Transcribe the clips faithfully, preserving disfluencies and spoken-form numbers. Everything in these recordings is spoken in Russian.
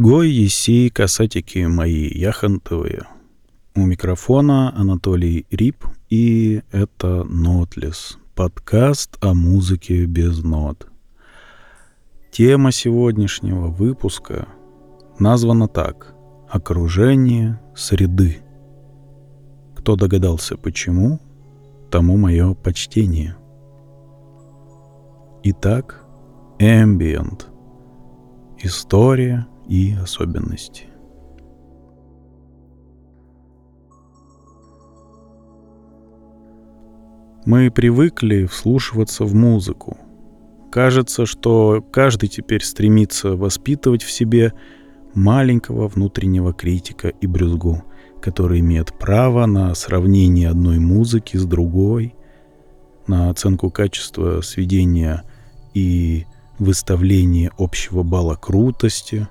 Гой еси касатики мои яхонтовые. У микрофона Анатолий Рип, и это Нотлес, подкаст о музыке без нот. Тема сегодняшнего выпуска названа так: «Окружение среды». Кто догадался почему, тому мое почтение. Итак, ambient. История и особенности. Мы привыкли вслушиваться в музыку. Кажется, что каждый теперь стремится воспитывать в себе маленького внутреннего критика и брюзгу, который имеет право на сравнение одной музыки с другой, на оценку качества сведения и выставление общего балла крутости.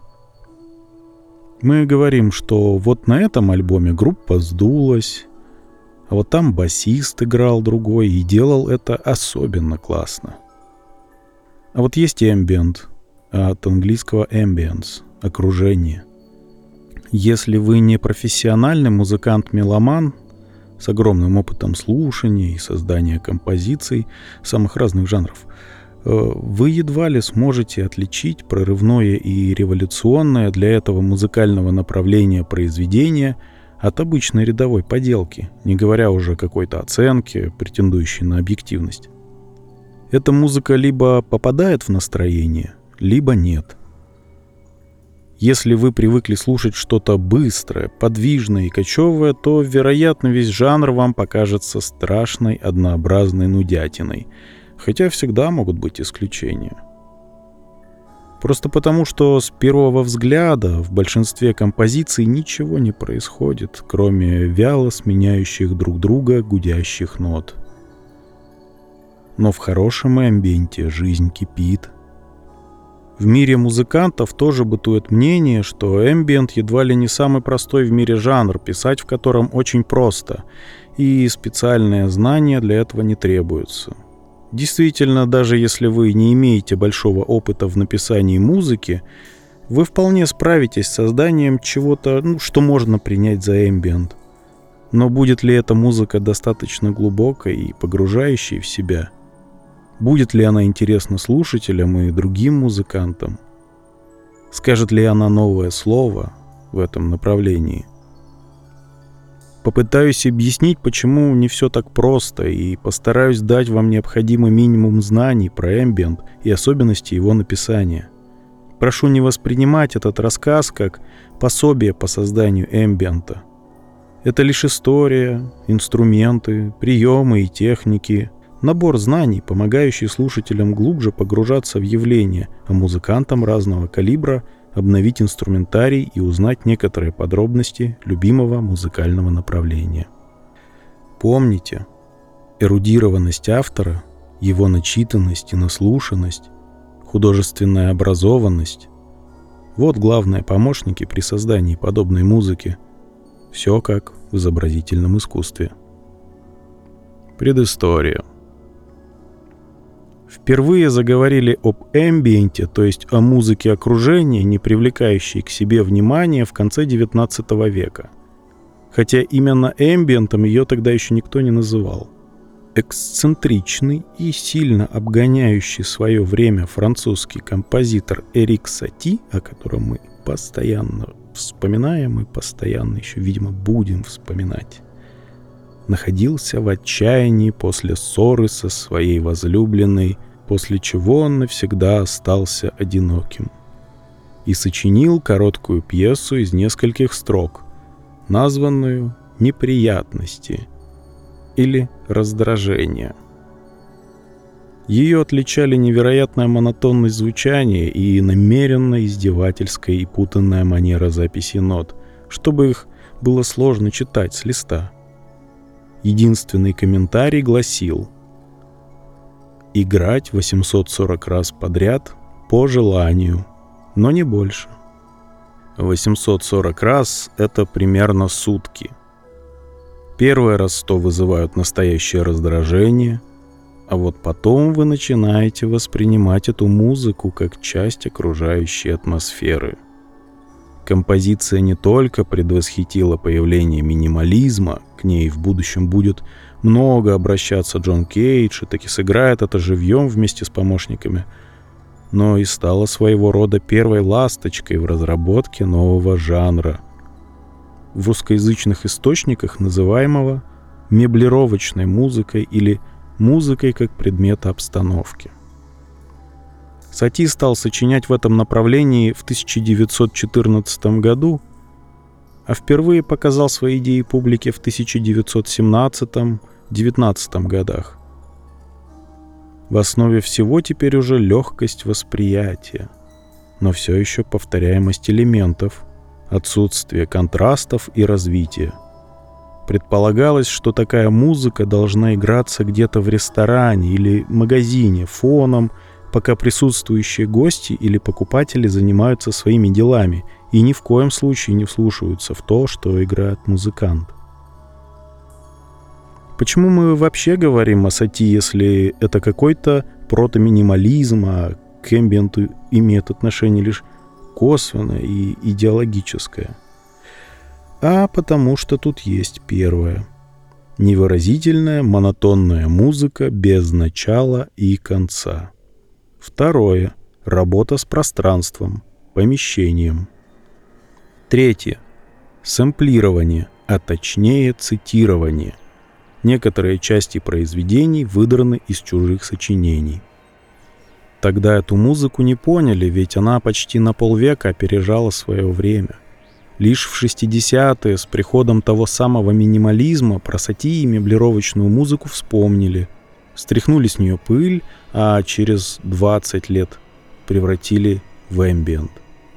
Мы говорим, что вот на этом альбоме группа сдулась, а вот там басист играл другой и делал это особенно классно. А вот есть и ambient, от английского ambience — окружение. Если вы не профессиональный музыкант-меломан с огромным опытом слушания и создания композиций самых разных жанров, вы едва ли сможете отличить прорывное и революционное для этого музыкального направления произведение от обычной рядовой поделки, не говоря уже о какой-то оценке, претендующей на объективность. Эта музыка либо попадает в настроение, либо нет. Если вы привыкли слушать что-то быстрое, подвижное и кочевое, то, вероятно, весь жанр вам покажется страшной, однообразной нудятиной, хотя всегда могут быть исключения. Просто потому, что с первого взгляда в большинстве композиций ничего не происходит, кроме вяло сменяющих друг друга гудящих нот. Но в хорошем эмбиенте жизнь кипит. В мире музыкантов тоже бытует мнение, что эмбиент едва ли не самый простой в мире жанр, писать в котором очень просто, и специальные знания для этого не требуются. Действительно, даже если вы не имеете большого опыта в написании музыки, вы вполне справитесь с созданием чего-то, ну, что можно принять за эмбиент. Но будет ли эта музыка достаточно глубокой и погружающей в себя? Будет ли она интересна слушателям и другим музыкантам? Скажет ли она новое слово в этом направлении? Попытаюсь объяснить, почему не все так просто, и постараюсь дать вам необходимый минимум знаний про эмбиент и особенности его написания. Прошу не воспринимать этот рассказ как пособие по созданию эмбиента. Это лишь история, инструменты, приемы и техники, набор знаний, помогающий слушателям глубже погружаться в явление, а музыкантам разного калибра обновить инструментарий и узнать некоторые подробности любимого музыкального направления. Помните, эрудированность автора, его начитанность и наслушанность, художественная образованность — вот главные помощники при создании подобной музыки. Все как в изобразительном искусстве. Предыстория. Впервые заговорили об эмбиенте, то есть о музыке окружения, не привлекающей к себе внимания, в конце девятнадцатого века. Хотя именно эмбиентом ее тогда еще никто не называл. Эксцентричный и сильно обгоняющий свое время французский композитор Эрик Сати, о котором мы постоянно вспоминаем и постоянно еще, видимо, будем вспоминать, находился в отчаянии после ссоры со своей возлюбленной, после чего он навсегда остался одиноким, и сочинил короткую пьесу из нескольких строк, названную «Неприятности» или «Раздражение». Ее отличали невероятная монотонность звучания и намеренно издевательская и путанная манера записи нот, чтобы их было сложно читать с листа. Единственный комментарий гласил: играть восемьсот сорок раз подряд по желанию, но не больше. восемьсот сорок раз — это примерно сутки. Первый раз сто вызывают настоящее раздражение, а вот потом вы начинаете воспринимать эту музыку как часть окружающей атмосферы. композиция не только предвосхитила появление минимализма, к ней в будущем будет много обращаться Джон Кейдж и таки сыграет это живьем вместе с помощниками, но и стала своего рода первой ласточкой в разработке нового жанра, в русскоязычных источниках называемого меблировочной музыкой или музыкой как предмета обстановки. Сати стал сочинять в этом направлении в тысяча девятьсот четырнадцатом году, а впервые показал свои идеи публике в тысяча девятьсот семнадцатом — девятнадцатом годах. В основе всего теперь уже легкость восприятия, но все еще повторяемость элементов, отсутствие контрастов и развития. Предполагалось, что такая музыка должна играться где-то в ресторане или магазине фоном, пока присутствующие гости или покупатели занимаются своими делами и ни в коем случае не вслушиваются в то, что играет музыкант. Почему мы вообще говорим о Сати, если это какой-то протоминимализм, а к эмбиенту имеет отношение лишь косвенное и идеологическое? А потому что тут есть первое. Невыразительная монотонная музыка без начала и конца. Второе. Работа с пространством, помещением. Третье. Сэмплирование, а точнее цитирование. Некоторые части произведений выдраны из чужих сочинений. Тогда эту музыку не поняли, ведь она почти на полвека опережала свое время. Лишь в шестидесятые с приходом того самого минимализма про Сати и меблировочную музыку вспомнили, стряхнули с нее пыль, а через двадцать лет превратили в эмбиент.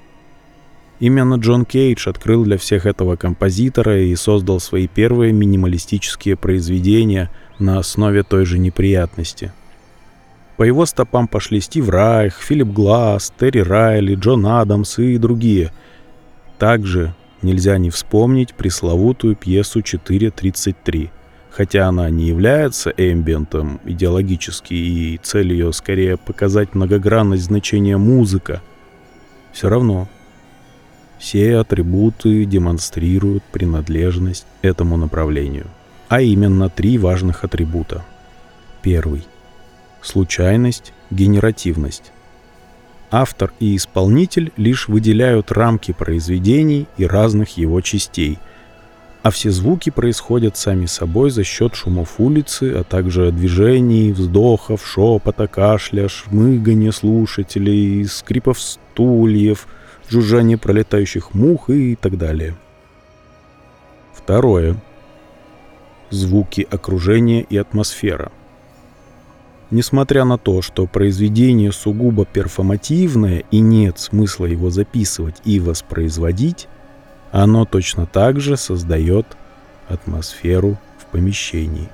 Именно Джон Кейдж открыл для всех этого композитора и создал свои первые минималистические произведения на основе той же неприятности. По его стопам пошли Стив Райх, Филипп Гласс, Терри Райли, Джон Адамс и другие. Также нельзя не вспомнить пресловутую пьесу четыре тридцать три. Хотя она не является эмбиентом идеологически, и цель ее скорее показать многогранность значения музыка, все равно все атрибуты демонстрируют принадлежность этому направлению. А именно три важных атрибута. Первый. Случайность, генеративность. Автор и исполнитель лишь выделяют рамки произведений и разных его частей, а все звуки происходят сами собой за счет шумов улицы, а также движений, вздохов, шепота, кашля, шмыгания слушателей, скрипов стульев, жужжания пролетающих мух и так далее. Второе. Звуки окружения и атмосфера. Несмотря на то, что произведение сугубо перформативное и нет смысла его записывать и воспроизводить, оно точно так же создает атмосферу в помещении.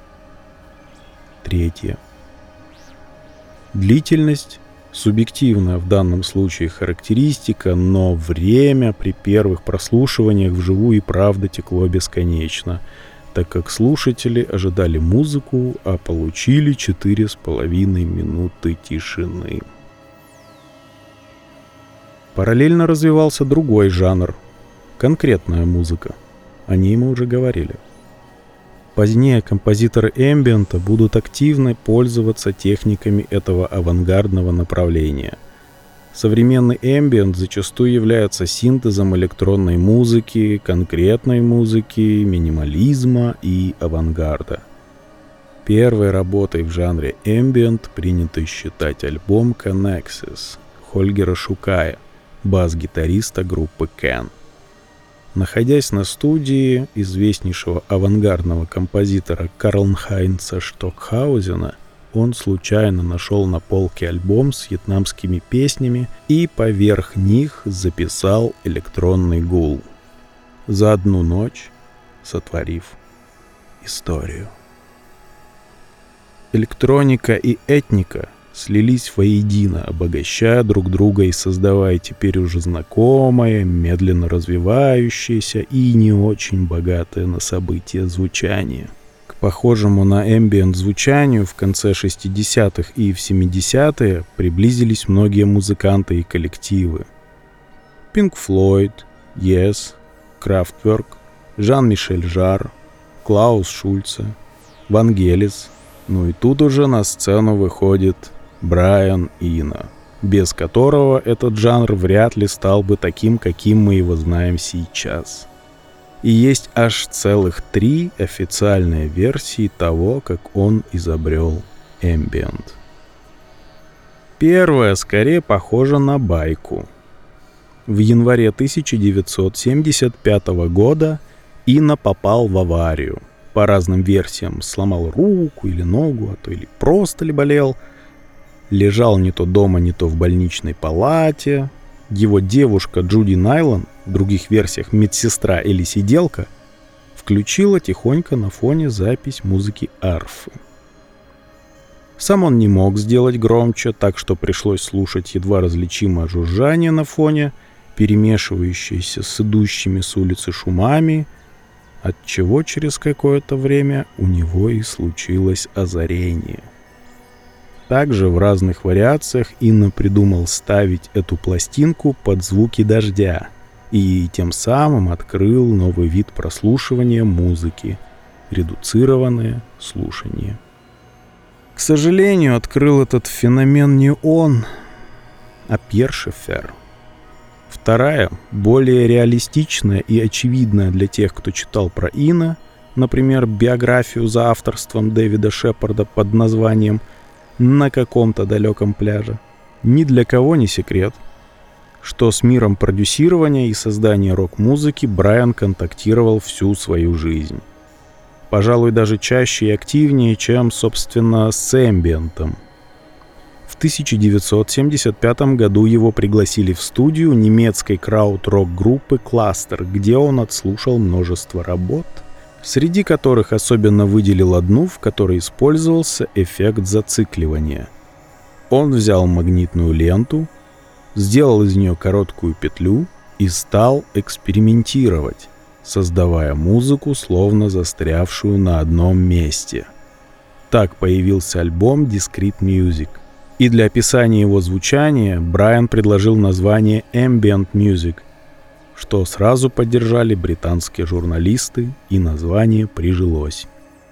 Третье. Длительность — субъективная в данном случае характеристика, но время при первых прослушиваниях вживую и правда текло бесконечно, так как слушатели ожидали музыку, а получили четыре с половиной минуты тишины. Параллельно развивался другой жанр — конкретная музыка. О ней мы уже говорили. Позднее композиторы эмбиента будут активно пользоваться техниками этого авангардного направления. Современный эмбиент зачастую является синтезом электронной музыки, конкретной музыки, минимализма и авангарда. Первой работой в жанре эмбиент принято считать альбом «Connexus» Хольгера Шукая, бас-гитариста группы Can. Находясь на студии известнейшего авангардного композитора Карлнхайнца Штокхаузена, он случайно нашел на полке альбом с вьетнамскими песнями и поверх них записал электронный гул, за одну ночь сотворив историю. Электроника и этника слились воедино, обогащая друг друга и создавая теперь уже знакомое, медленно развивающееся и не очень богатое на события звучание. К похожему на эмбиент звучанию в конце шестидесятых и в семидесятые приблизились многие музыканты и коллективы. Pink Floyd, Yes, Kraftwerk, Жан-Мишель Жар, Клаус Шульце, Вангелис. Ну и тут уже на сцену выходит Брайан Ино, без которого этот жанр вряд ли стал бы таким, каким мы его знаем сейчас. И есть аж целых три официальные версии того, как он изобрел эмбиент. Первая скорее похожа на байку. В январе тысяча девятьсот семьдесят пятого года Ино попал в аварию. По разным версиям сломал руку или ногу, а то или просто ли болел. Лежал не то дома, не то в больничной палате. Его девушка Джуди Найлон, в других версиях медсестра или сиделка, включила тихонько на фоне запись музыки арфы. Сам он не мог сделать громче, так что пришлось слушать едва различимое жужжание на фоне, перемешивающееся с идущими с улицы шумами, отчего через какое-то время у него и случилось озарение. Также в разных вариациях Ино придумал ставить эту пластинку под звуки дождя и тем самым открыл новый вид прослушивания музыки — редуцированное слушание. К сожалению, открыл этот феномен не он, а Пьер Шеффер. Вторая, более реалистичная и очевидная для тех, кто читал про Ино, например, биографию за авторством Дэвида Шепарда под названием «На каком-то далеком пляже», ни для кого не секрет, что с миром продюсирования и создания рок-музыки Брайан контактировал всю свою жизнь. Пожалуй, даже чаще и активнее, чем, собственно, с эмбиентом. В тысяча девятьсот семьдесят пятом году его пригласили в студию немецкой крауд-рок-группы «Кластер», где он отслушал множество работ, среди которых особенно выделил одну, в которой использовался эффект зацикливания. Он взял магнитную ленту, сделал из нее короткую петлю и стал экспериментировать, создавая музыку, словно застрявшую на одном месте. Так появился альбом Discrete Music. И для описания его звучания Брайан предложил название Ambient Music, что сразу поддержали британские журналисты, и название прижилось.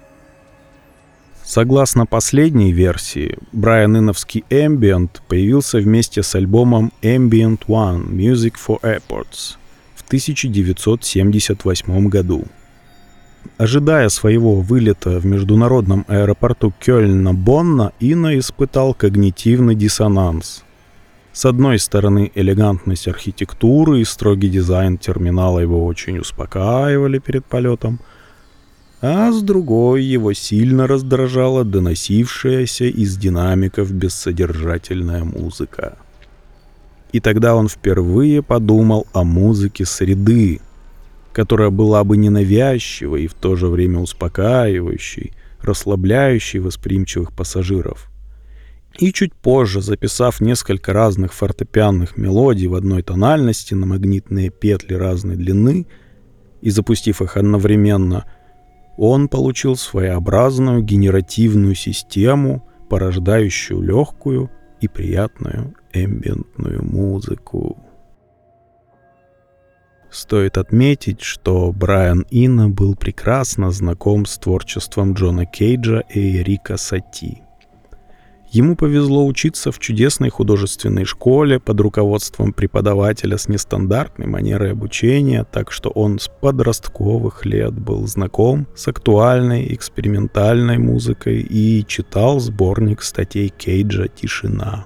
Согласно последней версии, Брайан Иновский Ambient появился вместе с альбомом Ambient One Music for Airports в тысяча девятьсот семьдесят восьмом году. Ожидая своего вылета в международном аэропорту Кёльна-Бонна, Ино испытал когнитивный диссонанс. С одной стороны, элегантность архитектуры и строгий дизайн терминала его очень успокаивали перед полетом, а с другой его сильно раздражала доносившаяся из динамиков бессодержательная музыка. И тогда он впервые подумал о музыке среды, которая была бы ненавязчивой и в то же время успокаивающей, расслабляющей восприимчивых пассажиров. И чуть позже, записав несколько разных фортепианных мелодий в одной тональности на магнитные петли разной длины и запустив их одновременно, он получил своеобразную генеративную систему, порождающую легкую и приятную эмбиентную музыку. Стоит отметить, что Брайан Ино был прекрасно знаком с творчеством Джона Кейджа и Эрика Сати. Ему повезло учиться в чудесной художественной школе под руководством преподавателя с нестандартной манерой обучения, так что он с подростковых лет был знаком с актуальной экспериментальной музыкой и читал сборник статей Кейджа «Тишина».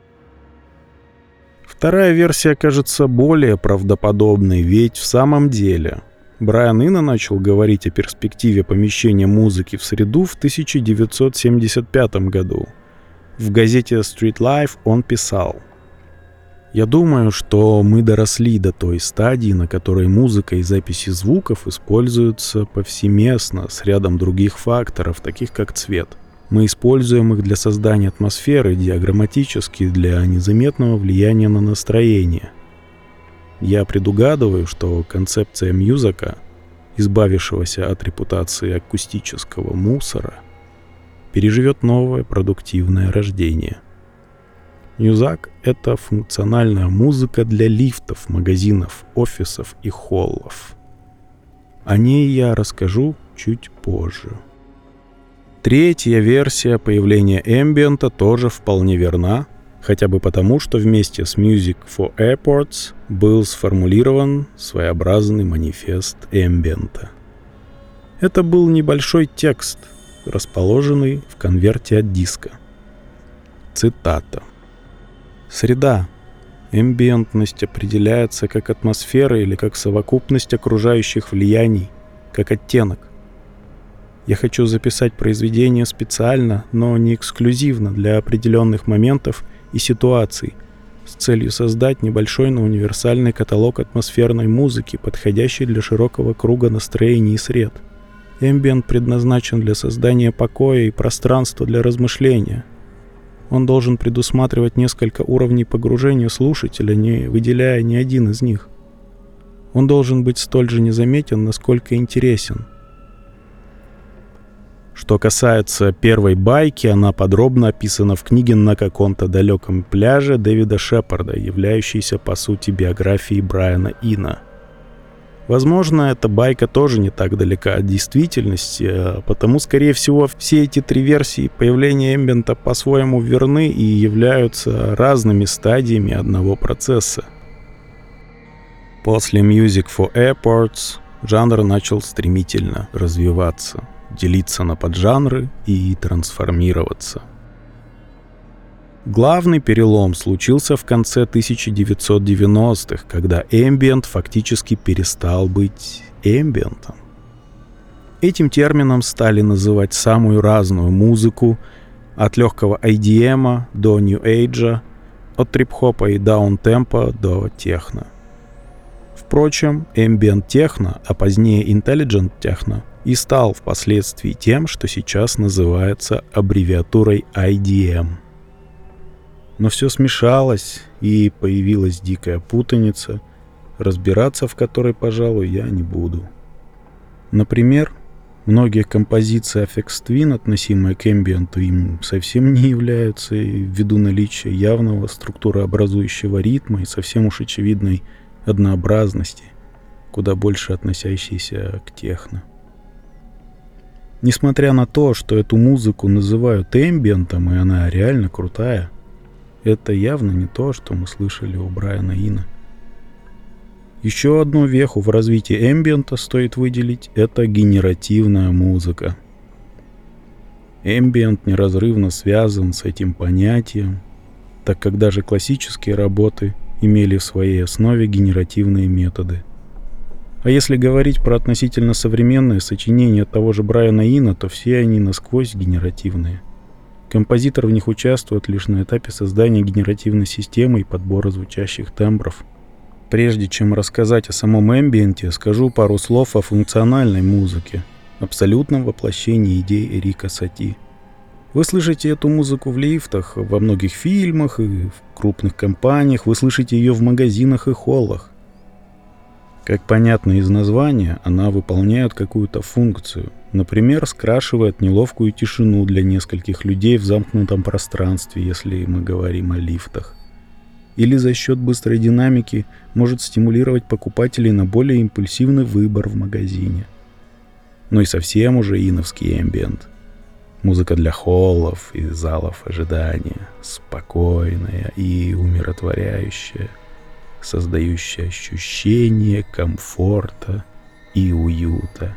Вторая версия кажется более правдоподобной, ведь в самом деле Брайан Ино начал говорить о перспективе помещения музыки в среду в тысяча девятьсот семьдесят пятом году. В газете Street Life он писал: «Я думаю, что мы доросли до той стадии, на которой музыка и записи звуков используются повсеместно с рядом других факторов, таких как цвет. Мы используем их для создания атмосферы, диаграмматически для незаметного влияния на настроение. Я предугадываю, что концепция мьюзика, избавившегося от репутации акустического мусора, переживет новое продуктивное рождение». Мьюзак — это функциональная музыка для лифтов, магазинов, офисов и холлов. О ней я расскажу чуть позже. Третья версия появления эмбиента тоже вполне верна, хотя бы потому, что вместе с Music for Airports был сформулирован своеобразный манифест эмбиента. Это был небольшой текст, расположенный в конверте от диска. Цитата. «Среда. Эмбиентность определяется как атмосфера или как совокупность окружающих влияний, как оттенок. Я хочу записать произведение специально, но не эксклюзивно для определенных моментов и ситуаций, с целью создать небольшой, но универсальный каталог атмосферной музыки, подходящий для широкого круга настроений и сред. Эмбиент предназначен для создания покоя и пространства для размышления. Он должен предусматривать несколько уровней погружения слушателя, не выделяя ни один из них. Он должен быть столь же незаметен, насколько интересен. Что касается первой байки, она подробно описана в книге «На каком-то далеком пляже» Дэвида Шепарда, являющейся по сути биографией Брайана Ина. Возможно, эта байка тоже не так далека от действительности, а потому, скорее всего, все эти три версии появления эмбиента по-своему верны и являются разными стадиями одного процесса. После Music for Airports жанр начал стремительно развиваться, делиться на поджанры и трансформироваться. Главный перелом случился в конце тысяча девятьсот девяностых, когда эмбиент фактически перестал быть эмбиентом. Этим термином стали называть самую разную музыку, от легкого ай ди эм до нью-эйджа, от трип-хопа и даун-темпа до техно. Впрочем, эмбиент техно, а позднее intelligent техно, и стал впоследствии тем, что сейчас называется аббревиатурой ай ди эм. Но все смешалось, и появилась дикая путаница, разбираться в которой, пожалуй, я не буду. Например, многие композиции Aphex Twin, относимые к эмбиенту, им совсем не являются ввиду наличия явного структурообразующего ритма и совсем уж очевидной однообразности, куда больше относящейся к техно. Несмотря на то, что эту музыку называют эмбиентом, и она реально крутая, это явно не то, что мы слышали у Брайана Ина. Еще одну веху в развитии эмбиента стоит выделить — это генеративная музыка. Эмбиент неразрывно связан с этим понятием, так как даже классические работы имели в своей основе генеративные методы. А если говорить про относительно современные сочинения того же Брайана Ина, то все они насквозь генеративные. Композитор в них участвует лишь на этапе создания генеративной системы и подбора звучащих тембров. Прежде чем рассказать о самом эмбиенте, скажу пару слов о функциональной музыке, абсолютном воплощении идей Эрика Сати. Вы слышите эту музыку в лифтах, во многих фильмах и в крупных компаниях, вы слышите ее в магазинах и холлах. Как понятно из названия, она выполняет какую-то функцию. Например, скрашивает неловкую тишину для нескольких людей в замкнутом пространстве, если мы говорим о лифтах. Или за счет быстрой динамики может стимулировать покупателей на более импульсивный выбор в магазине. Ну и совсем уже иновский эмбиент. Музыка для холлов и залов ожидания, спокойная и умиротворяющая, создающая ощущение комфорта и уюта.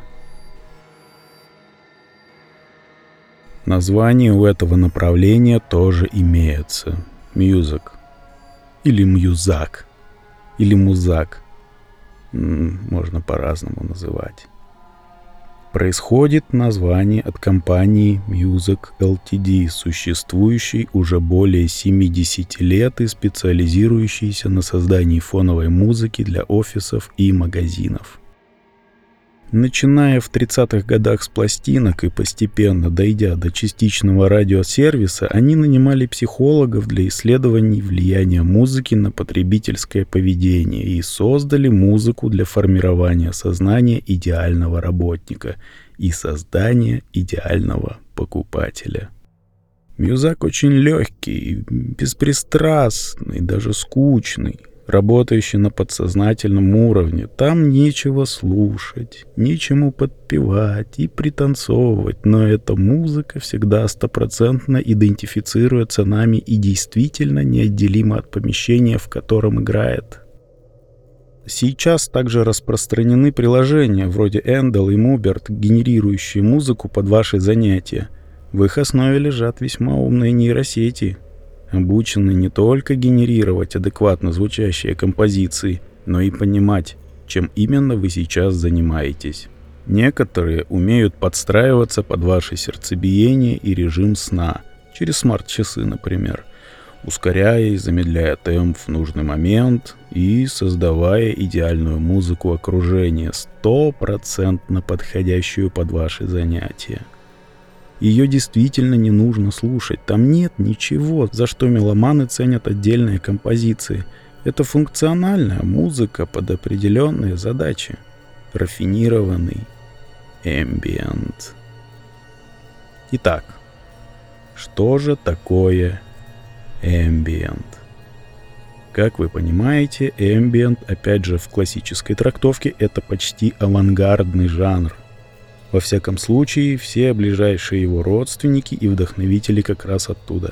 Название у этого направления тоже имеется. Мьюзик. Или мьюзак. Или музак. Можно по-разному называть. Происходит название от компании Music эл ти ди, существующей уже более семьдесят лет и специализирующейся на создании фоновой музыки для офисов и магазинов. Начиная в тридцатых годах с пластинок и постепенно дойдя до частичного радиосервиса, они нанимали психологов для исследований влияния музыки на потребительское поведение и создали музыку для формирования сознания идеального работника и создания идеального покупателя. Мьюзак очень легкий, беспристрастный, даже скучный, работающий на подсознательном уровне. Там нечего слушать, нечему подпевать и пританцовывать, но эта музыка всегда стопроцентно идентифицируется нами и действительно неотделима от помещения, в котором играет. Сейчас также распространены приложения вроде Endel и Mubert, генерирующие музыку под ваши занятия. В их основе лежат весьма умные нейросети, обученные не только генерировать адекватно звучащие композиции, но и понимать, чем именно вы сейчас занимаетесь. Некоторые умеют подстраиваться под ваше сердцебиение и режим сна, через смарт-часы, например, ускоряя и замедляя темп в нужный момент и создавая идеальную музыку окружения, стопроцентно подходящую под ваши занятия. Ее действительно не нужно слушать, там нет ничего, за что меломаны ценят отдельные композиции. Это функциональная музыка под определенные задачи. Рафинированный эмбиент. Итак, что же такое эмбиент? Как вы понимаете, эмбиент, опять же, в классической трактовке, это почти авангардный жанр. Во всяком случае, все ближайшие его родственники и вдохновители как раз оттуда.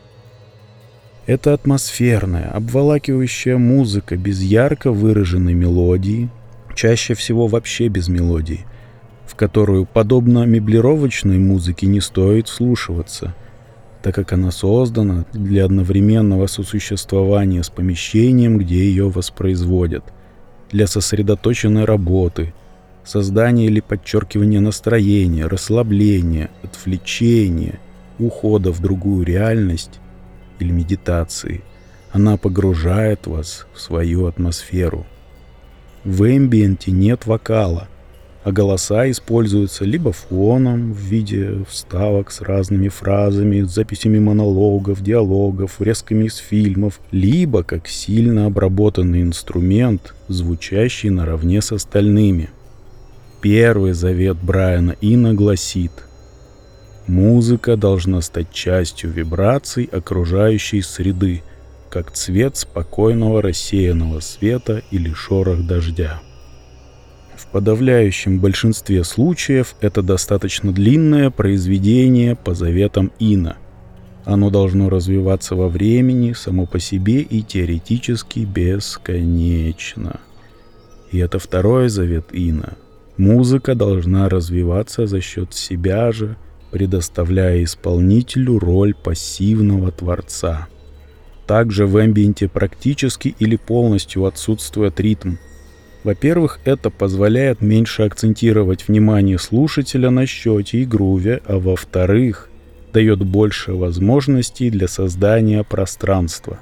Это атмосферная, обволакивающая музыка без ярко выраженной мелодии, чаще всего вообще без мелодии, в которую, подобно меблировочной музыке, не стоит вслушиваться, так как она создана для одновременного сосуществования с помещением, где ее воспроизводят, для сосредоточенной работы, создания или подчеркивания настроения, расслабления, отвлечения, ухода в другую реальность или медитации. Она погружает вас в свою атмосферу. В эмбиенте нет вокала, а голоса используются либо фоном в виде вставок с разными фразами, записями монологов, диалогов, врезками из фильмов, либо как сильно обработанный инструмент, звучащий наравне с остальными. Первый завет Брайана Ина гласит: музыка должна стать частью вибраций окружающей среды, как цвет спокойного рассеянного света или шорох дождя. В подавляющем большинстве случаев это достаточно длинное произведение по заветам Ина. Оно должно развиваться во времени, само по себе и теоретически бесконечно. И это второй завет Ина. Музыка должна развиваться за счет себя же, предоставляя исполнителю роль пассивного творца. Также в эмбиенте практически или полностью отсутствует ритм. Во-первых, это позволяет меньше акцентировать внимание слушателя на счете и груве, а во-вторых, дает больше возможностей для создания пространства.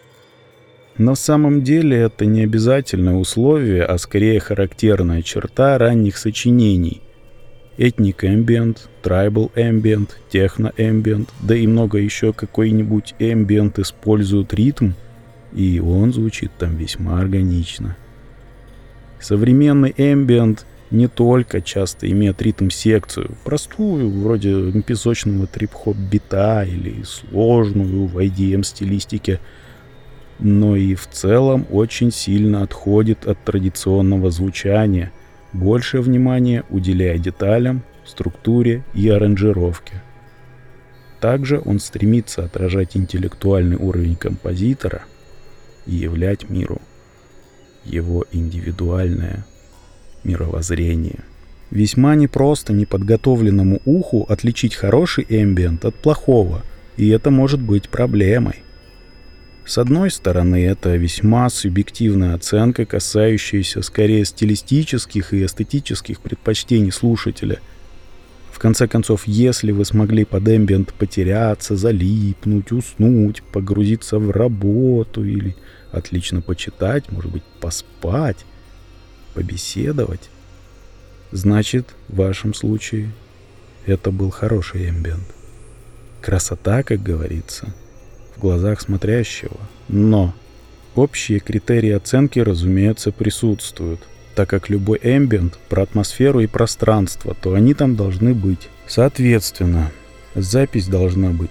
На самом деле это не обязательное условие, а скорее характерная черта ранних сочинений. Ethnic Ambient, Tribal Ambient, Techno Ambient, да и много еще какой-нибудь Ambient используют ритм, и он звучит там весьма органично. Современный Ambient не только часто имеет ритм-секцию, простую, вроде песочного трип-хоп бита или сложную в ай ди эм стилистике, но и в целом очень сильно отходит от традиционного звучания, больше внимания уделяя деталям, структуре и аранжировке. Также он стремится отражать интеллектуальный уровень композитора и являть миру его индивидуальное мировоззрение. Весьма непросто неподготовленному уху отличить хороший эмбиент от плохого, и это может быть проблемой. С одной стороны, это весьма субъективная оценка, касающаяся скорее стилистических и эстетических предпочтений слушателя. В конце концов, если вы смогли под эмбиент потеряться, залипнуть, уснуть, погрузиться в работу или отлично почитать, может быть, поспать, побеседовать, значит, в вашем случае это был хороший эмбиент. Красота, как говорится, в глазах смотрящего. Но общие критерии оценки, разумеется, присутствуют. Так как любой эмбиент про атмосферу и пространство, то они там должны быть. Соответственно, запись должна быть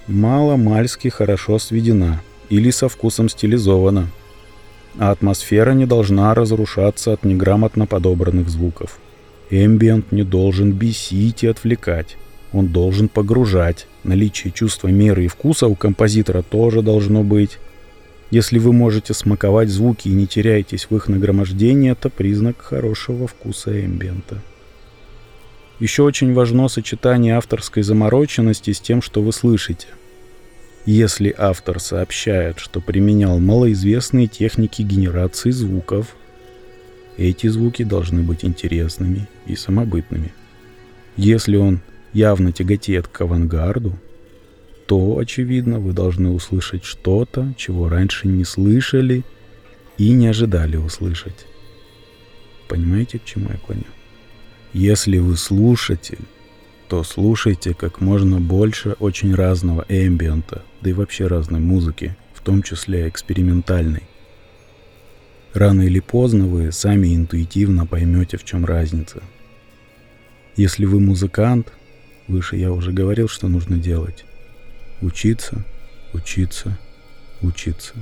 мало-мальски хорошо сведена или со вкусом стилизована, а атмосфера не должна разрушаться от неграмотно подобранных звуков. Эмбиент не должен бесить и отвлекать, он должен погружать. Наличие чувства меры и вкуса у композитора тоже должно быть. Если вы можете смаковать звуки и не теряетесь в их нагромождении, это признак хорошего вкуса эмбиента. Еще очень важно сочетание авторской замороченности с тем, что вы слышите. Если автор сообщает, что применял малоизвестные техники генерации звуков, эти звуки должны быть интересными и самобытными. Если он явно тяготеет к авангарду, то, очевидно, вы должны услышать что-то, чего раньше не слышали и не ожидали услышать. Понимаете, к чему я клоню? Если вы слушатель, то слушайте как можно больше очень разного эмбиента, да и вообще разной музыки, в том числе экспериментальной. Рано или поздно вы сами интуитивно поймете, в чем разница. Если вы музыкант, выше я уже говорил, что нужно делать. Учиться, учиться, учиться.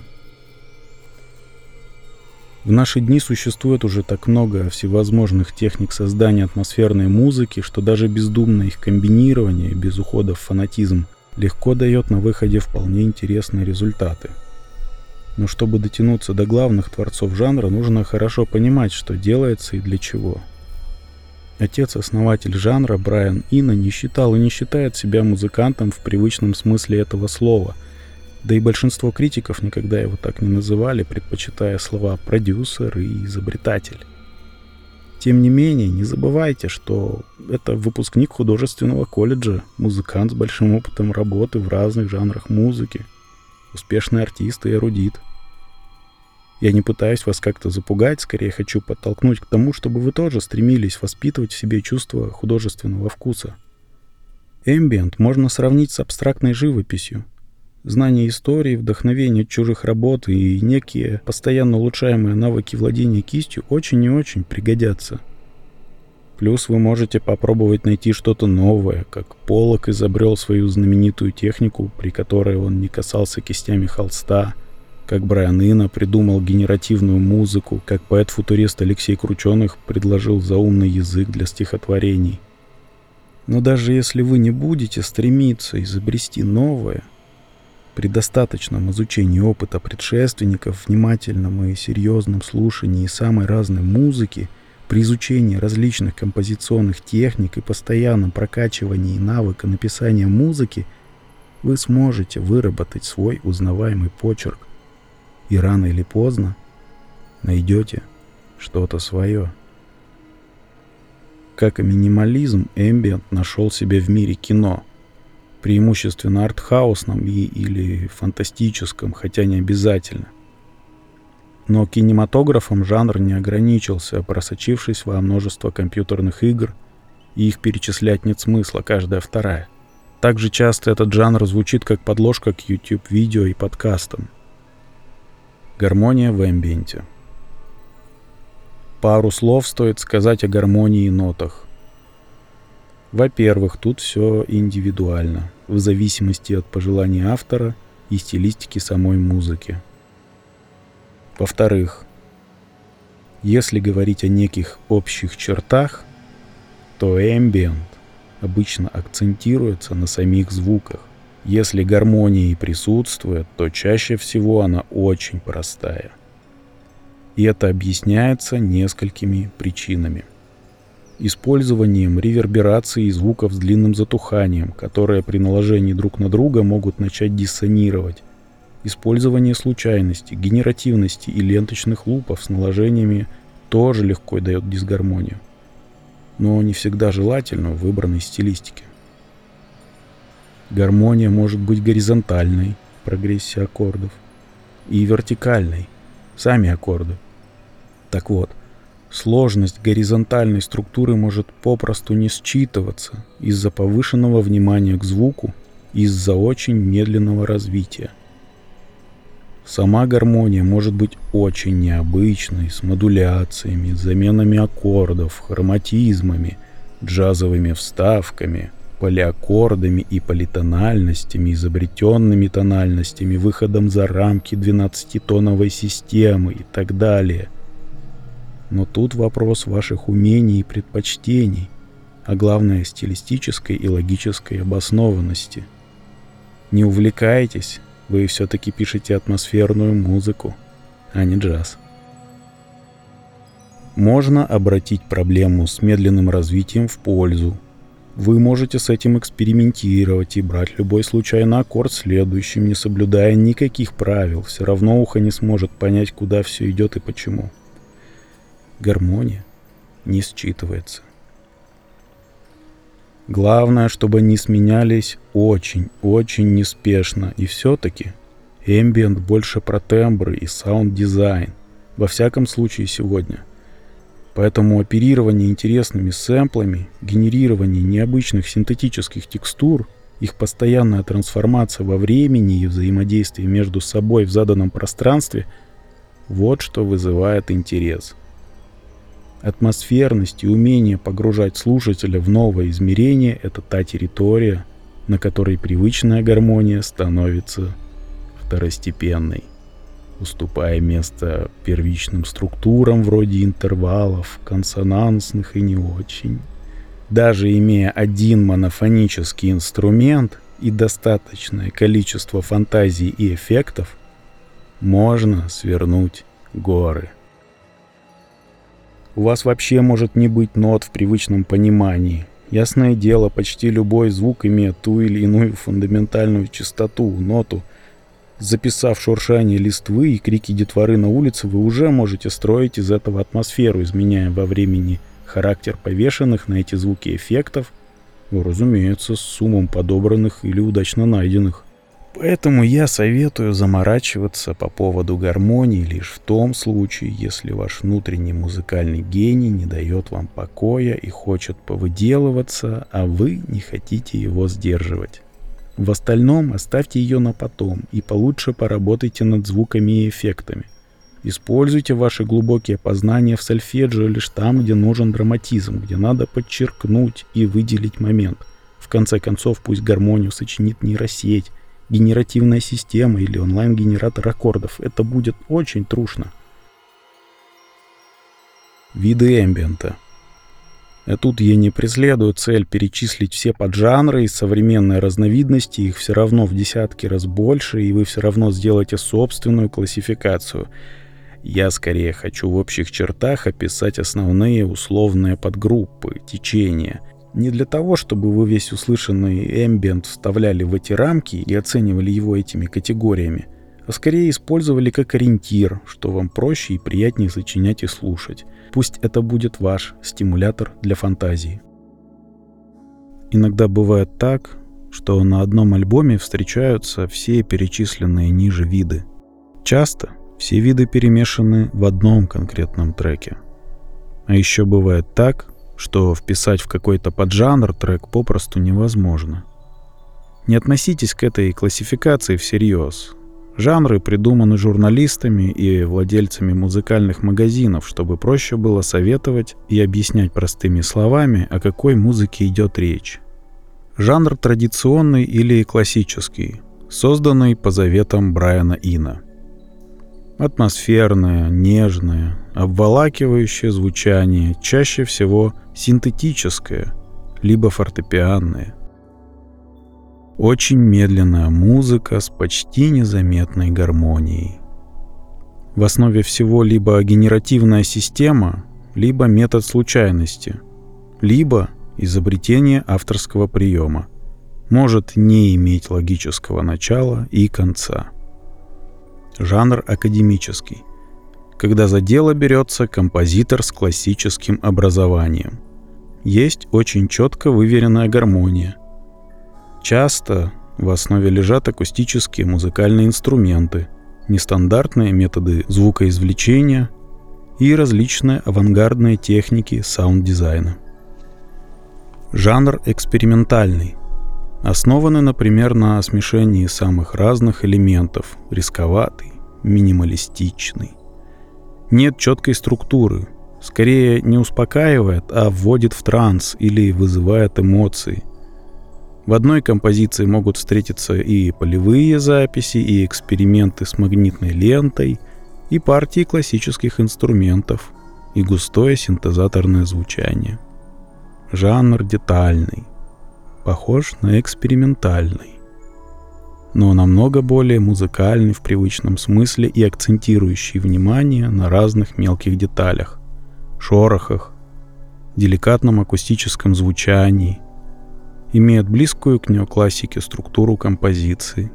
В наши дни существует уже так много всевозможных техник создания атмосферной музыки, что даже бездумное их комбинирование, без ухода в фанатизм, легко дает на выходе вполне интересные результаты. Но чтобы дотянуться до главных творцов жанра, нужно хорошо понимать, что делается и для чего. Отец-основатель жанра Брайан Ино не считал и не считает себя музыкантом в привычном смысле этого слова, да и большинство критиков никогда его так не называли, предпочитая слова «продюсер» и «изобретатель». Тем не менее, не забывайте, что это выпускник художественного колледжа, музыкант с большим опытом работы в разных жанрах музыки, успешный артист и эрудит. Я не пытаюсь вас как-то запугать, скорее хочу подтолкнуть к тому, чтобы вы тоже стремились воспитывать в себе чувство художественного вкуса. Эмбиент можно сравнить с абстрактной живописью. Знание истории, вдохновение чужих работ и некие постоянно улучшаемые навыки владения кистью очень и очень пригодятся. Плюс вы можете попробовать найти что-то новое, как Поллок изобрел свою знаменитую технику, при которой он не касался кистями холста, как Брайан Ино придумал генеративную музыку, как поэт-футурист Алексей Крученых предложил заумный язык для стихотворений. Но даже если вы не будете стремиться изобрести новое, при достаточном изучении опыта предшественников, внимательном и серьезном слушании самой разной музыки, при изучении различных композиционных техник и постоянном прокачивании навыка написания музыки, вы сможете выработать свой узнаваемый почерк. И рано или поздно найдете что-то свое. Как и минимализм, эмбиент нашел себя в мире кино. Преимущественно артхаусном и или фантастическом, хотя не обязательно. Но кинематографом жанр не ограничился, просочившись во множество компьютерных игр, и их перечислять нет смысла, каждая вторая. Также часто этот жанр звучит как подложка к YouTube-видео и подкастам. Гармония в эмбиенте. Пару слов стоит сказать о гармонии и нотах. Во-первых, тут все индивидуально, в зависимости от пожеланий автора и стилистики самой музыки. Во-вторых, если говорить о неких общих чертах, то эмбиент обычно акцентируется на самих звуках. Если гармония и присутствует, то чаще всего она очень простая. И это объясняется несколькими причинами. Использованием реверберации звуков с длинным затуханием, которые при наложении друг на друга могут начать диссонировать. Использование случайности, генеративности и ленточных лупов с наложениями тоже легко дает дисгармонию, но не всегда желательно в выбранной стилистике. Гармония может быть горизонтальной, прогрессия аккордов, и вертикальной, сами аккорды. Так вот, сложность горизонтальной структуры может попросту не считываться из-за повышенного внимания к звуку, из-за очень медленного развития. Сама гармония может быть очень необычной, с модуляциями, заменами аккордов, хроматизмами, джазовыми вставками, полиаккордами и политональностями, изобретенными тональностями, выходом за рамки двенадцатитоновой системы и так далее. Но тут вопрос ваших умений и предпочтений, а главное стилистической и логической обоснованности. Не увлекайтесь, вы все-таки пишете атмосферную музыку, а не джаз. Можно обратить проблему с медленным развитием в пользу. Вы можете с этим экспериментировать и брать любой случайный аккорд следующим, не соблюдая никаких правил. Все равно ухо не сможет понять, куда все идет и почему. Гармония не считывается. Главное, чтобы не сменялись очень-очень неспешно. И все-таки эмбиент больше про тембры и саунд-дизайн. Во всяком случае сегодня. Поэтому оперирование интересными сэмплами, генерирование необычных синтетических текстур, их постоянная трансформация во времени и взаимодействие между собой в заданном пространстве – вот что вызывает интерес. Атмосферность и умение погружать слушателя в новое измерение – это та территория, на которой привычная гармония становится второстепенной, уступая место первичным структурам вроде интервалов, консонансных и не очень. Даже имея один монофонический инструмент и достаточное количество фантазий и эффектов, можно свернуть горы. У вас вообще может не быть нот в привычном понимании. Ясное дело, почти любой звук имеет ту или иную фундаментальную частоту, ноту. Записав шуршание листвы и крики детворы на улице, вы уже можете строить из этого атмосферу, изменяя во времени характер повешенных на эти звуки эффектов, ну, разумеется, с суммом подобранных или удачно найденных. Поэтому я советую заморачиваться по поводу гармонии лишь в том случае, если ваш внутренний музыкальный гений не дает вам покоя и хочет повыделываться, а вы не хотите его сдерживать. В остальном оставьте ее на потом и получше поработайте над звуками и эффектами. Используйте ваши глубокие познания в сольфеджио лишь там, где нужен драматизм, где надо подчеркнуть и выделить момент. В конце концов, пусть гармонию сочинит нейросеть, генеративная система или онлайн-генератор аккордов. Это будет очень трушно. Виды эмбиента. А тут я не преследую цель перечислить все поджанры и современные разновидности, их все равно в десятки раз больше, и вы все равно сделаете собственную классификацию. Я скорее хочу в общих чертах описать основные условные подгруппы, течения. Не для того, чтобы вы весь услышанный эмбиент вставляли в эти рамки и оценивали его этими категориями, а скорее использовали как ориентир, что вам проще и приятнее сочинять и слушать. Пусть это будет ваш стимулятор для фантазии. Иногда бывает так, что на одном альбоме встречаются все перечисленные ниже виды. Часто все виды перемешаны в одном конкретном треке. А еще бывает так, что вписать в какой-то поджанр трек попросту невозможно. Не относитесь к этой классификации всерьез. Жанры придуманы журналистами и владельцами музыкальных магазинов, чтобы проще было советовать и объяснять простыми словами, о какой музыке идет речь. Жанр традиционный или классический, созданный по заветам Брайана Ина. Атмосферное, нежное, обволакивающее звучание, чаще всего синтетическое, либо фортепианное. Очень медленная музыка с почти незаметной гармонией. В основе всего либо генеративная система, либо метод случайности, либо изобретение авторского приема. Может не иметь логического начала и конца. Жанр академический, когда за дело берется композитор с классическим образованием. Есть очень четко выверенная гармония. Часто в основе лежат акустические музыкальные инструменты, нестандартные методы звукоизвлечения и различные авангардные техники саунд-дизайна. Жанр экспериментальный, основанный, например, на смешении самых разных элементов, рисковатый, минималистичный. Нет четкой структуры, скорее не успокаивает, а вводит в транс или вызывает эмоции. В одной композиции могут встретиться и полевые записи, и эксперименты с магнитной лентой, и партии классических инструментов, и густое синтезаторное звучание. Жанр детальный, похож на экспериментальный, но намного более музыкальный в привычном смысле и акцентирующий внимание на разных мелких деталях, шорохах, деликатном акустическом звучании, имеет близкую к неоклассике структуру композиции.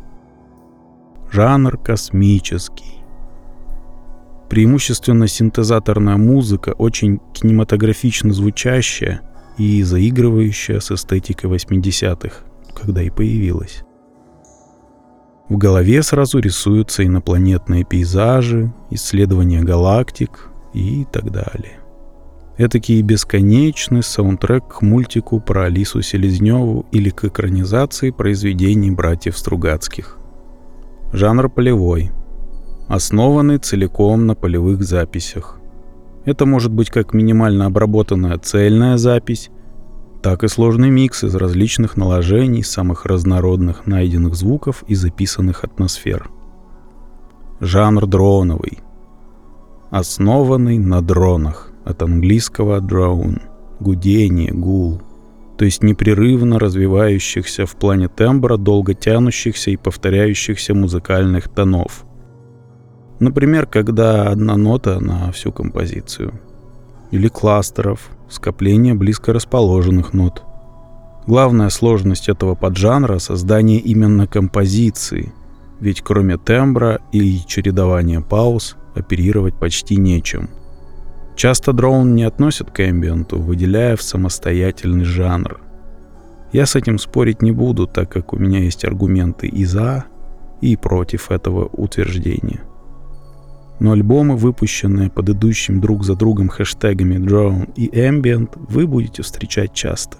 Жанр космический. Преимущественно синтезаторная музыка, очень кинематографично звучащая и заигрывающая с эстетикой восьмидесятых, когда и появилась. В голове сразу рисуются инопланетные пейзажи, исследования галактик и так далее. Этакий бесконечный саундтрек к мультику про Алису Селезневу или к экранизации произведений братьев Стругацких. Жанр полевой, основанный целиком на полевых записях. Это может быть как минимально обработанная цельная запись, так и сложный микс из различных наложений самых разнородных найденных звуков и записанных атмосфер. Жанр дроновый, основанный на дронах. От английского drone — гудение, гул, то есть непрерывно развивающихся в плане тембра, долго тянущихся и повторяющихся музыкальных тонов. Например, когда одна нота на всю композицию. Или кластеров, скопление близко расположенных нот. Главная сложность этого поджанра — создание именно композиции, ведь кроме тембра и чередования пауз оперировать почти нечем. Часто дрон не относят к эмбиенту, выделяя в самостоятельный жанр. Я с этим спорить не буду, так как у меня есть аргументы и за, и против этого утверждения. Но альбомы, выпущенные под идущим друг за другом хэштегами drone и ambient, вы будете встречать часто.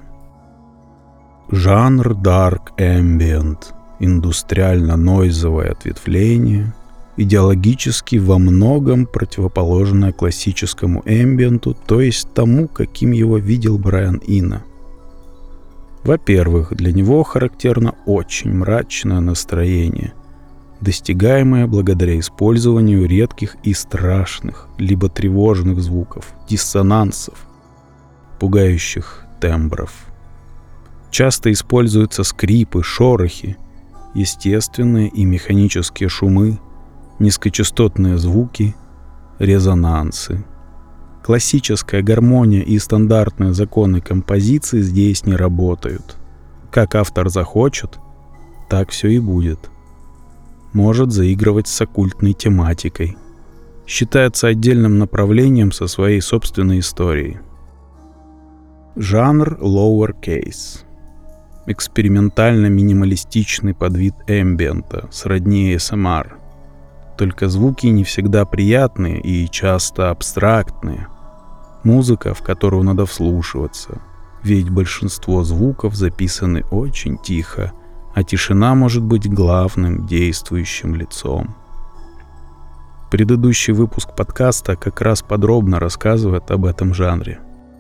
Жанр Dark Ambient, индустриально-нойзовое ответвление, идеологически во многом противоположное классическому эмбиенту, то есть тому, каким его видел Брайан Ино. Во-первых, для него характерно очень мрачное настроение, достигаемое благодаря использованию редких и страшных, либо тревожных звуков, диссонансов, пугающих тембров. Часто используются скрипы, шорохи, естественные и механические шумы, низкочастотные звуки, резонансы. Классическая гармония и стандартные законы композиции здесь не работают. Как автор захочет, так все и будет. Может заигрывать с оккультной тематикой. Считается отдельным направлением со своей собственной историей. Жанр lowercase. Экспериментально-минималистичный подвид эмбиента, сродни эй эс эм ар. Только звуки не всегда приятные и часто абстрактные. Музыка, в которую надо вслушиваться, ведь большинство звуков записаны очень тихо, а тишина может быть главным действующим лицом. Предыдущий выпуск подкаста как раз подробно рассказывает об этом жанре.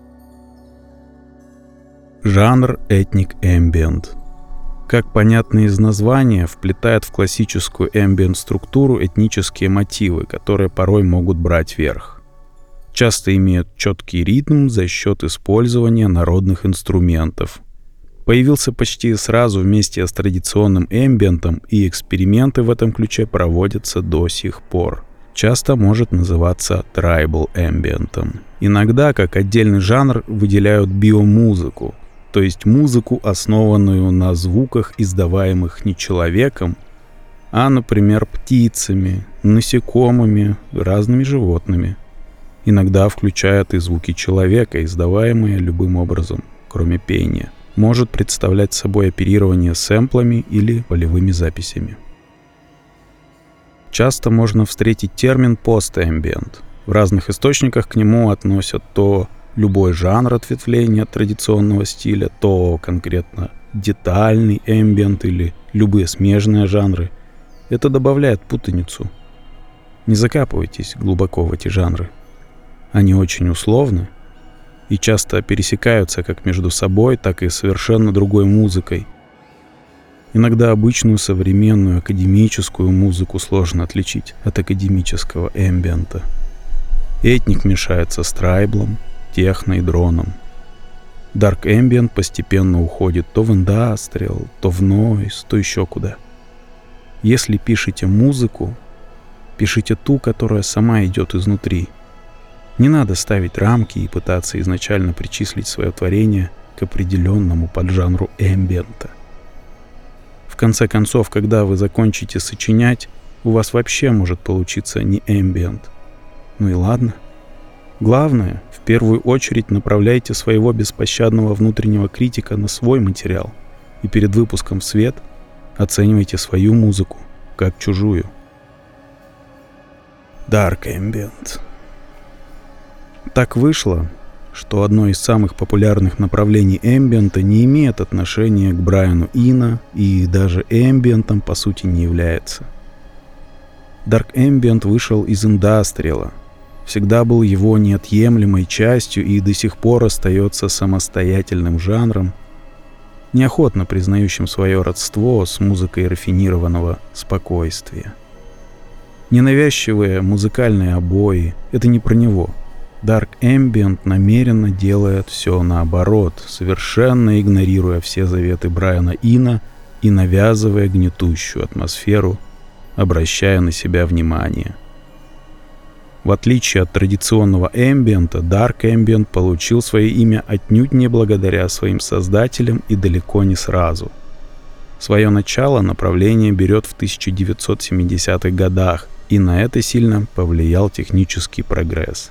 Жанр Ethnic Ambient. Как понятно из названия, вплетает в классическую эмбиент-структуру этнические мотивы, которые порой могут брать верх. Часто имеют четкий ритм за счет использования народных инструментов. Появился почти сразу вместе с традиционным эмбиентом, и эксперименты в этом ключе проводятся до сих пор. Часто может называться tribal эмбиентом. Иногда, как отдельный жанр, выделяют биомузыку, то есть музыку, основанную на звуках, издаваемых не человеком, а, например, птицами, насекомыми, разными животными. Иногда включают и звуки человека, издаваемые любым образом, кроме пения. Может представлять собой оперирование сэмплами или полевыми записями. Часто можно встретить термин пост-эмбиент. В разных источниках к нему относят то любой жанр ответвления от традиционного стиля, то конкретно детальный эмбиент или любые смежные жанры. Это добавляет путаницу. Не закапывайтесь глубоко в эти жанры. Они очень условны и часто пересекаются как между собой, так и совершенно другой музыкой. Иногда обычную современную академическую музыку сложно отличить от академического эмбиента. Этник мешается с трайблом, техно и дроном. Dark Ambient постепенно уходит то в индастриал, то в нойз, то еще куда. Если пишете музыку, пишите ту, которая сама идет изнутри. Не надо ставить рамки и пытаться изначально причислить свое творение к определенному поджанру эмбиента. В конце концов, когда вы закончите сочинять, у вас вообще может получиться не эмбиент. Ну и ладно. Главное, в первую очередь направляйте своего беспощадного внутреннего критика на свой материал и перед выпуском в свет оценивайте свою музыку как чужую. Dark Ambient. Так вышло, что одно из самых популярных направлений эмбиента не имеет отношения к Брайану Ино и даже эмбиентом по сути не является. Dark Ambient вышел из индастриала, всегда был его неотъемлемой частью и до сих пор остается самостоятельным жанром, неохотно признающим свое родство с музыкой рафинированного спокойствия. Ненавязчивые музыкальные обои — это не про него. Dark Ambient намеренно делает все наоборот, совершенно игнорируя все заветы Брайана Ино и навязывая гнетущую атмосферу, обращая на себя внимание. В отличие от традиционного эмбиента, Dark Ambient получил свое имя отнюдь не благодаря своим создателям и далеко не сразу. Свое начало направление берет в тысяча девятьсот семидесятых годах, и на это сильно повлиял технический прогресс.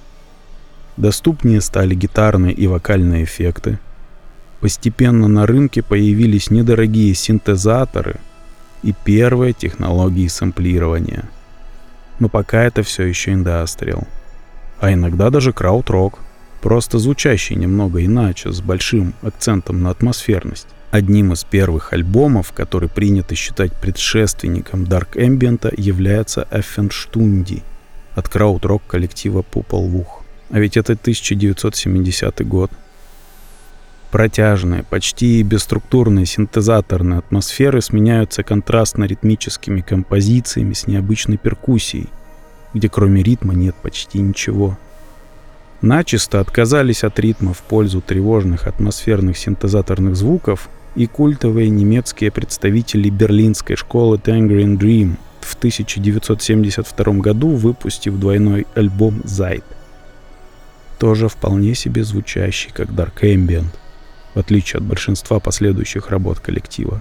Доступнее стали гитарные и вокальные эффекты. Постепенно на рынке появились недорогие синтезаторы и первые технологии сэмплирования. Но пока это все еще индастриал. А иногда даже крауд-рок, просто звучащий немного иначе, с большим акцентом на атмосферность. Одним из первых альбомов, который принято считать предшественником Dark Ambient, является «Affenstundi» от крауд-рок коллектива Popol-Vuh. А ведь это тысяча девятьсот семидесятый год. Протяжные, почти бесструктурные синтезаторные атмосферы сменяются контрастно-ритмическими композициями с необычной перкуссией, где кроме ритма нет почти ничего. Начисто отказались от ритма в пользу тревожных атмосферных синтезаторных звуков и культовые немецкие представители берлинской школы Tangerine Dream, в тысяча девятьсот семьдесят втором году выпустив двойной альбом «Zeit». Тоже вполне себе звучащий, как Dark Ambient, в отличие от большинства последующих работ коллектива.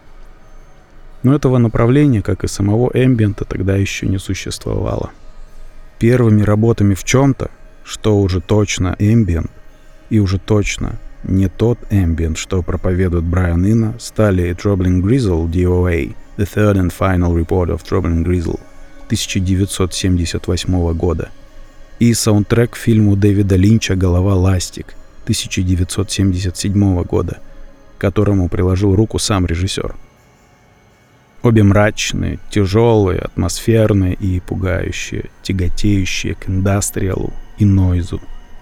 Но этого направления, как и самого эмбиента, тогда еще не существовало. Первыми работами в чем-то, что уже точно эмбиент, и уже точно не тот эмбиент, что проповедует Брайан Ино, стали Troubling Gristle ди о эй, The Third and Final Report of Troubling Gristle тысяча девятьсот семьдесят восьмого года, и саундтрек к фильму Дэвида Линча «Голова ластик» тысяча девятьсот семьдесят седьмого года, к которому приложил руку сам режиссер. Обе мрачные, тяжелые, атмосферные и пугающие, тяготеющие к индастриалу и нойзу.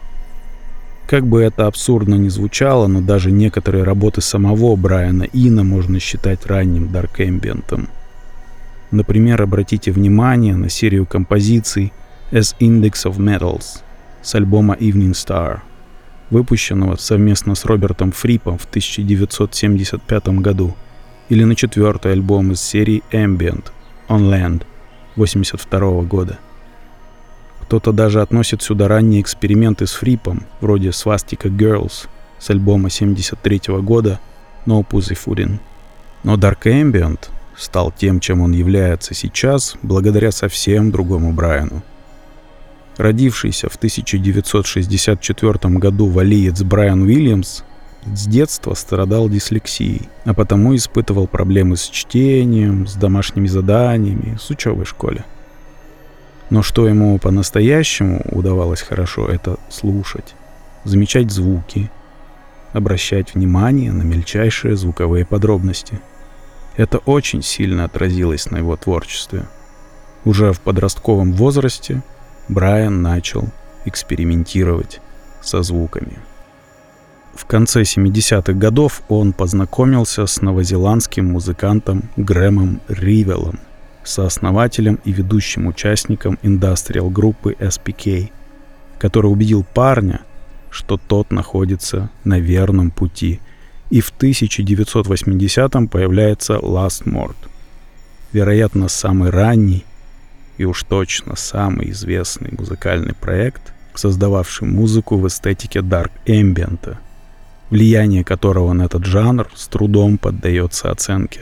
Как бы это абсурдно ни звучало, но даже некоторые работы самого Брайана Ино можно считать ранним Dark Ambient. Например, обратите внимание на серию композиций As Index of Metals с альбома Evening Star, выпущенного совместно с Робертом Фрипом в тысяча девятьсот семьдесят пятом году, или на четвертый альбом из серии Ambient On Land восемьдесят второго года. Кто-то даже относит сюда ранние эксперименты с Фрипом, вроде Swastika Girls с альбома семьдесят третьего года No Pussyfootin'. Но Dark Ambient стал тем, чем он является сейчас, благодаря совсем другому Брайану. Родившийся в тысяча девятьсот шестьдесят четвёртом году валиец Брайан Уильямс с детства страдал дислексией, а потому испытывал проблемы с чтением, с домашними заданиями, с учебой в школе. Но что ему по-настоящему удавалось хорошо, это слушать, замечать звуки, обращать внимание на мельчайшие звуковые подробности. Это очень сильно отразилось на его творчестве. Уже в подростковом возрасте Брайан начал экспериментировать со звуками. В конце семидесятых годов он познакомился с новозеландским музыкантом Грэмом Ривелом, сооснователем и ведущим участником индастриал-группы эс пи кей, который убедил парня, что тот находится на верном пути, и в тысяча девятьсот восьмидесятом появляется Last Mort, вероятно, самый ранний и уж точно самый известный музыкальный проект, создававший музыку в эстетике Dark Ambient, влияние которого на этот жанр с трудом поддается оценке.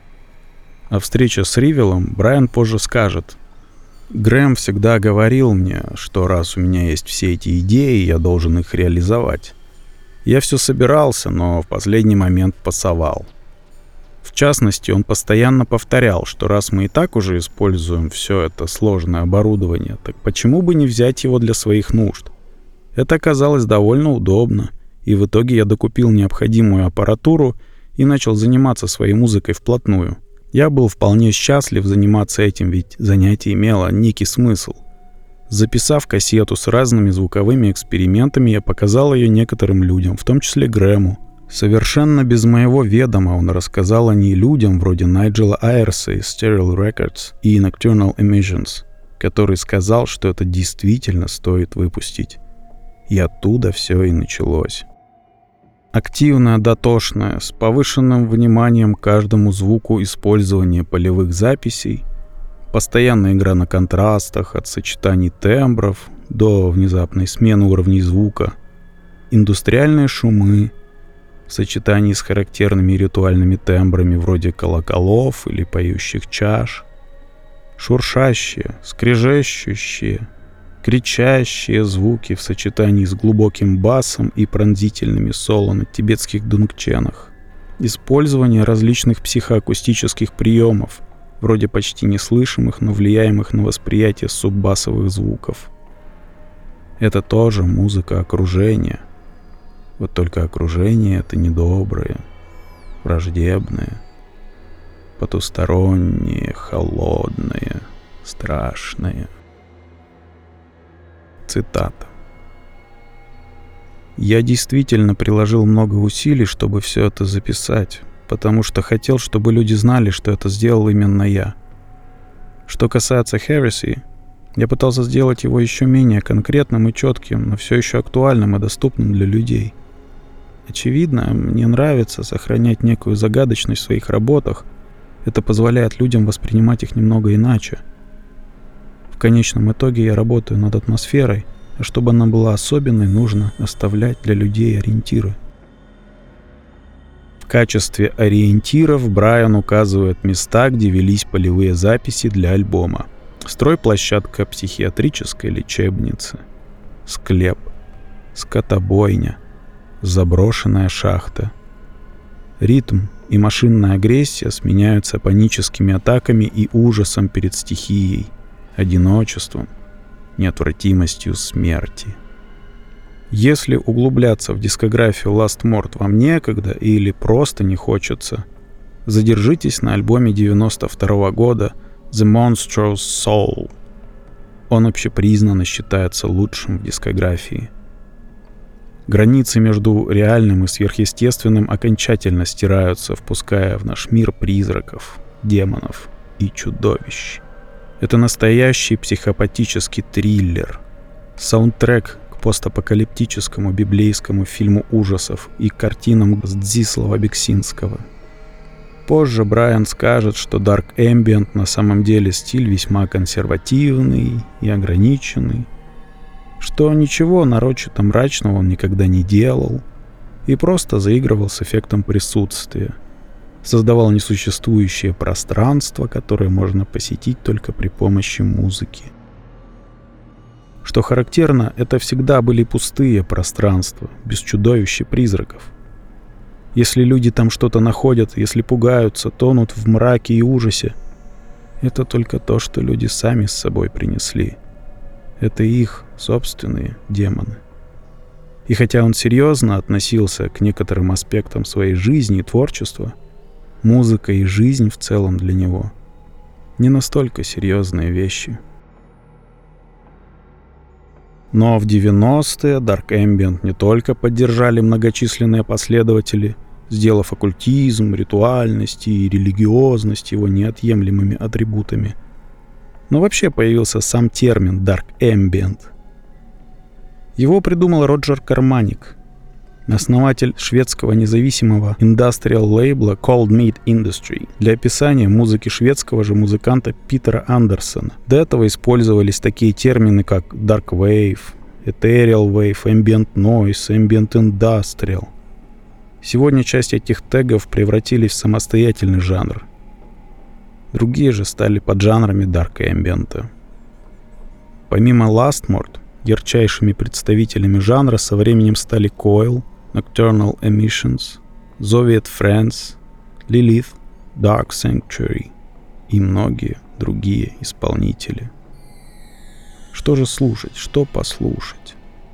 О встрече с Ривелом Брайан позже скажет: «Грэм всегда говорил мне, что раз у меня есть все эти идеи, я должен их реализовать. Я все собирался, но в последний момент пасовал. В частности, он постоянно повторял, что раз мы и так уже используем все это сложное оборудование, так почему бы не взять его для своих нужд? Это оказалось довольно удобно, и в итоге я докупил необходимую аппаратуру и начал заниматься своей музыкой вплотную. Я был вполне счастлив заниматься этим, ведь занятие имело некий смысл. Записав кассету с разными звуковыми экспериментами, я показал ее некоторым людям, в том числе Грэму. Совершенно без моего ведома он рассказал о ней людям вроде Найджела Айрса из Stereo Records и Nocturnal Emissions, который сказал, что это действительно стоит выпустить. И оттуда все и началось. Активное, дотошное, с повышенным вниманием к каждому звуку использование полевых записей, постоянная игра на контрастах, от сочетаний тембров до внезапной смены уровней звука, индустриальные шумы в сочетании с характерными ритуальными тембрами вроде колоколов или поющих чаш, шуршащие, скрежещущие, кричащие звуки в сочетании с глубоким басом и пронзительными соло на тибетских дунгченах, использование различных психоакустических приемов, вроде почти неслышимых, но влияемых на восприятие суббасовых звуков. Это тоже музыка окружения. Вот только окружение — это недоброе, враждебное, потустороннее, холодное, страшное. Цитата. «Я действительно приложил много усилий, чтобы все это записать, потому что хотел, чтобы люди знали, что это сделал именно я. Что касается Heresy, я пытался сделать его еще менее конкретным и четким, но все еще актуальным и доступным для людей. Очевидно, мне нравится сохранять некую загадочность в своих работах. Это позволяет людям воспринимать их немного иначе. В конечном итоге я работаю над атмосферой, а чтобы она была особенной, нужно оставлять для людей ориентиры». В качестве ориентиров Брайан указывает места, где велись полевые записи для альбома. Стройплощадка психиатрической лечебницы, склеп, скотобойня, заброшенная шахта. Ритм и машинная агрессия сменяются паническими атаками и ужасом перед стихией, одиночеством, неотвратимостью смерти. Если углубляться в дискографию Last Mort вам некогда или просто не хочется, задержитесь на альбоме девяносто второго года The Monstrous Soul. Он общепризнанно считается лучшим в дискографии. Границы между реальным и сверхъестественным окончательно стираются, впуская в наш мир призраков, демонов и чудовищ. Это настоящий психопатический триллер, саундтрек к постапокалиптическому библейскому фильму ужасов и картинам Здзислава Бексинского. Позже Брайан скажет, что Dark Ambient на самом деле стиль весьма консервативный и ограниченный, что ничего нарочито мрачного он никогда не делал и просто заигрывал с эффектом присутствия, создавал несуществующее пространство, которое можно посетить только при помощи музыки. Что характерно, это всегда были пустые пространства, без чудовищ и призраков. Если люди там что-то находят, если пугаются, тонут в мраке и ужасе, это только то, что люди сами с собой принесли. Это их собственные демоны. И хотя он серьезно относился к некоторым аспектам своей жизни и творчества, музыка и жизнь в целом для него не настолько серьезные вещи. Но в девяностые Dark Ambient не только поддержали многочисленные последователи, сделав оккультизм, ритуальность и религиозность его неотъемлемыми атрибутами, но вообще появился сам термин Dark Ambient. Его придумал Роджер Карманик, основатель шведского независимого индастриал-лейбла Cold Meat Industry, для описания музыки шведского же музыканта Питера Андерсона. До этого использовались такие термины, как Dark Wave, Ethereal Wave, Ambient Noise, Ambient Industrial. Сегодня часть этих тегов превратились в самостоятельный жанр. Другие же стали поджанрами Dark Ambient. Помимо Lastmort, ярчайшими представителями жанра со временем стали Coil, Nocturnal Emissions, Soviet Friends, Lilith, Dark Sanctuary и многие другие исполнители. Что же слушать, что послушать?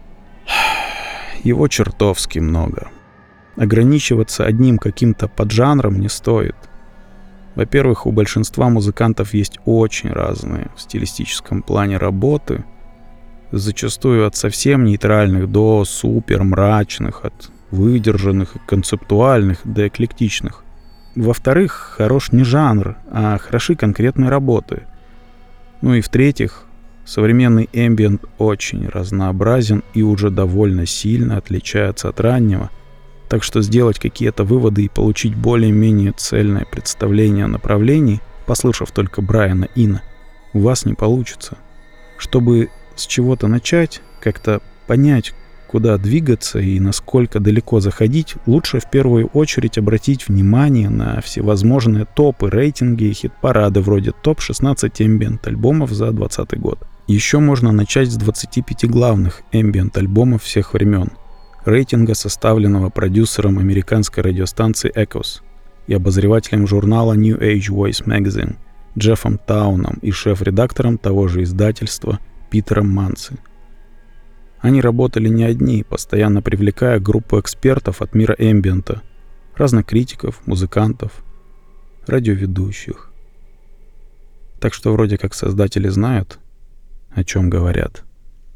Его чертовски много. Ограничиваться одним каким-то поджанром не стоит. Во-первых, у большинства музыкантов есть очень разные в стилистическом плане работы, зачастую от совсем нейтральных до супер мрачных, от выдержанных и концептуальных до эклектичных. Во-вторых, хорош не жанр, а хороши конкретные работы. Ну и в-третьих, современный эмбиент очень разнообразен и уже довольно сильно отличается от раннего, так что сделать какие-то выводы и получить более-менее цельное представление о направлении, послушав только Брайана Ина, у вас не получится. Чтобы с чего-то начать, как-то понять, куда двигаться и насколько далеко заходить, лучше в первую очередь обратить внимание на всевозможные топы, рейтинги и хит-парады вроде топ шестнадцать эмбиент альбомов за двадцатый год. Еще можно начать с двадцати пяти главных эмбиент альбомов всех времен, рейтинга, составленного продюсером американской радиостанции Echoes и обозревателем журнала New Age Voice Magazine Джеффом Тауном и шеф-редактором того же издательства Питером Манци. Они работали не одни, постоянно привлекая группу экспертов от мира эмбиента, разных критиков, музыкантов, радиоведущих. Так что вроде как создатели знают, о чем говорят.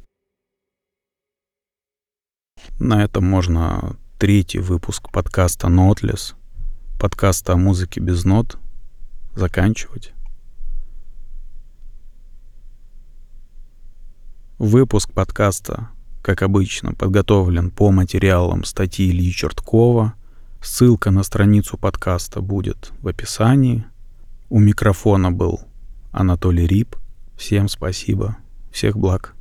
На этом можно третий выпуск подкаста Noteless, подкаста о музыке без нот, заканчивать. Выпуск подкаста, как обычно, подготовлен по материалам статьи Ильи Черткова. Ссылка на страницу подкаста будет в описании. У микрофона был Анатолий Рип. Всем спасибо. Всех благ.